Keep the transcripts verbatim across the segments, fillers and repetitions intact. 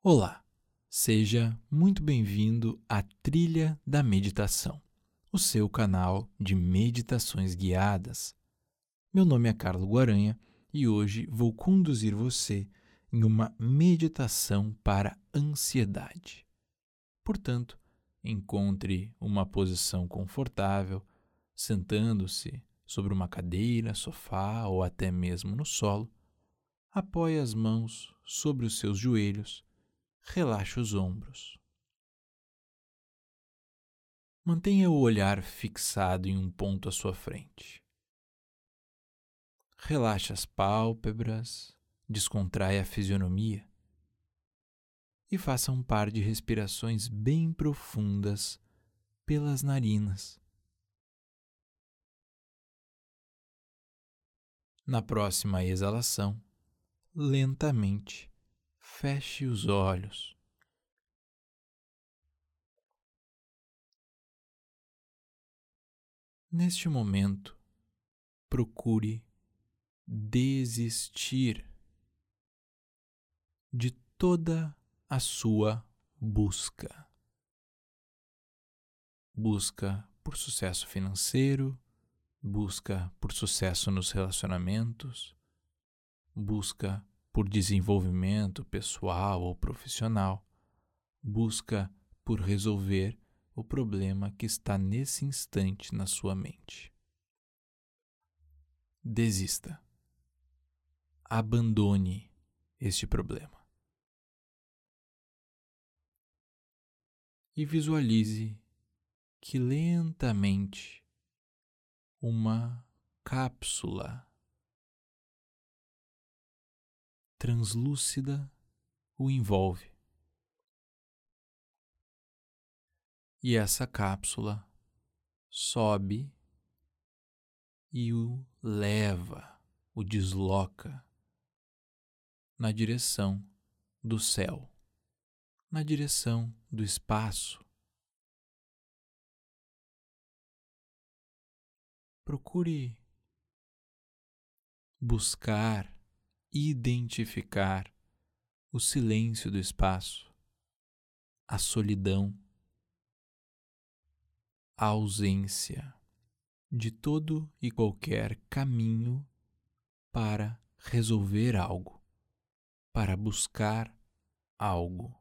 Olá, seja muito bem-vindo à Trilha da Meditação, o seu canal de meditações guiadas. Meu nome é Carlos Guaranha e hoje vou conduzir você em uma meditação para ansiedade. Portanto, encontre uma posição confortável, sentando-se sobre uma cadeira, sofá ou até mesmo no solo. Apoie as mãos sobre os seus joelhos. Relaxe os ombros. Mantenha o olhar fixado em um ponto à sua frente. Relaxe as pálpebras, descontraia a fisionomia e faça um par de respirações bem profundas pelas narinas. Na próxima exalação, lentamente, feche os olhos. Neste momento, procure desistir de toda a sua busca. Busca por sucesso financeiro, busca por sucesso nos relacionamentos, busca por desenvolvimento pessoal ou profissional, busca por resolver o problema que está nesse instante na sua mente. Desista. Abandone este problema. E visualize que lentamente uma cápsula translúcida o envolve. E essa cápsula sobe e o leva, o desloca na direção do céu, na direção do espaço. Procure buscar, identificar o silêncio do espaço, a solidão, a ausência de todo e qualquer caminho para resolver algo, para buscar algo.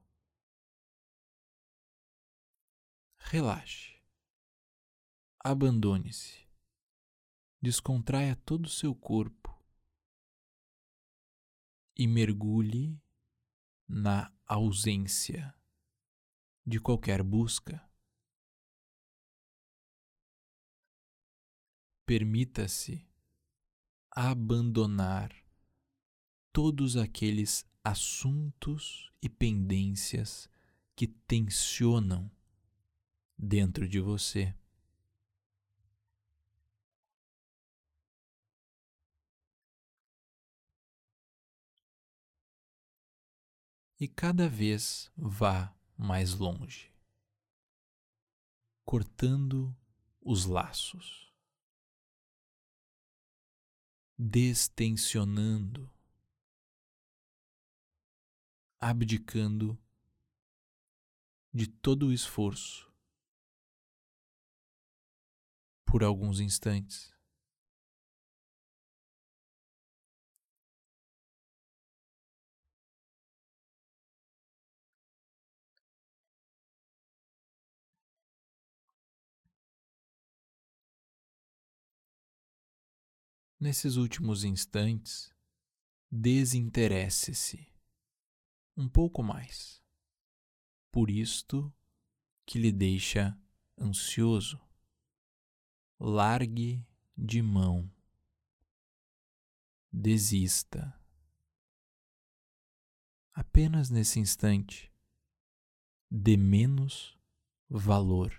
Relaxe, abandone-se, descontraia todo o seu corpo e mergulhe na ausência de qualquer busca. Permita-se abandonar todos aqueles assuntos e pendências que tensionam dentro de você. E cada vez vá mais longe, cortando os laços, destensionando, abdicando de todo o esforço por alguns instantes. Nesses últimos instantes, desinteresse-se um pouco mais por isto que lhe deixa ansioso. Largue de mão. Desista. Apenas nesse instante, dê menos valor.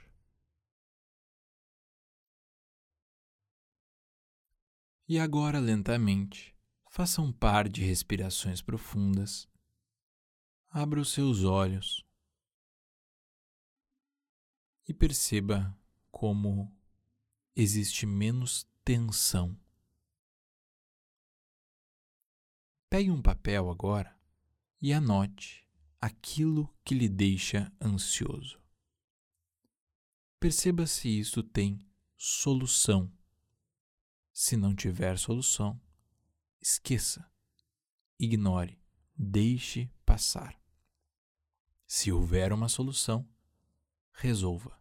E agora, lentamente, faça um par de respirações profundas. Abra os seus olhos e perceba como existe menos tensão. Pegue um papel agora e anote aquilo que lhe deixa ansioso. Perceba se isso tem solução. Se não tiver solução, esqueça, ignore, deixe passar. Se houver uma solução, resolva.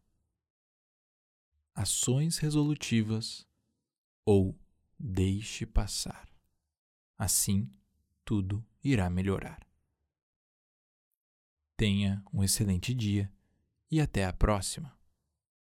Ações resolutivas ou deixe passar. Assim, tudo irá melhorar. Tenha um excelente dia e até a próxima.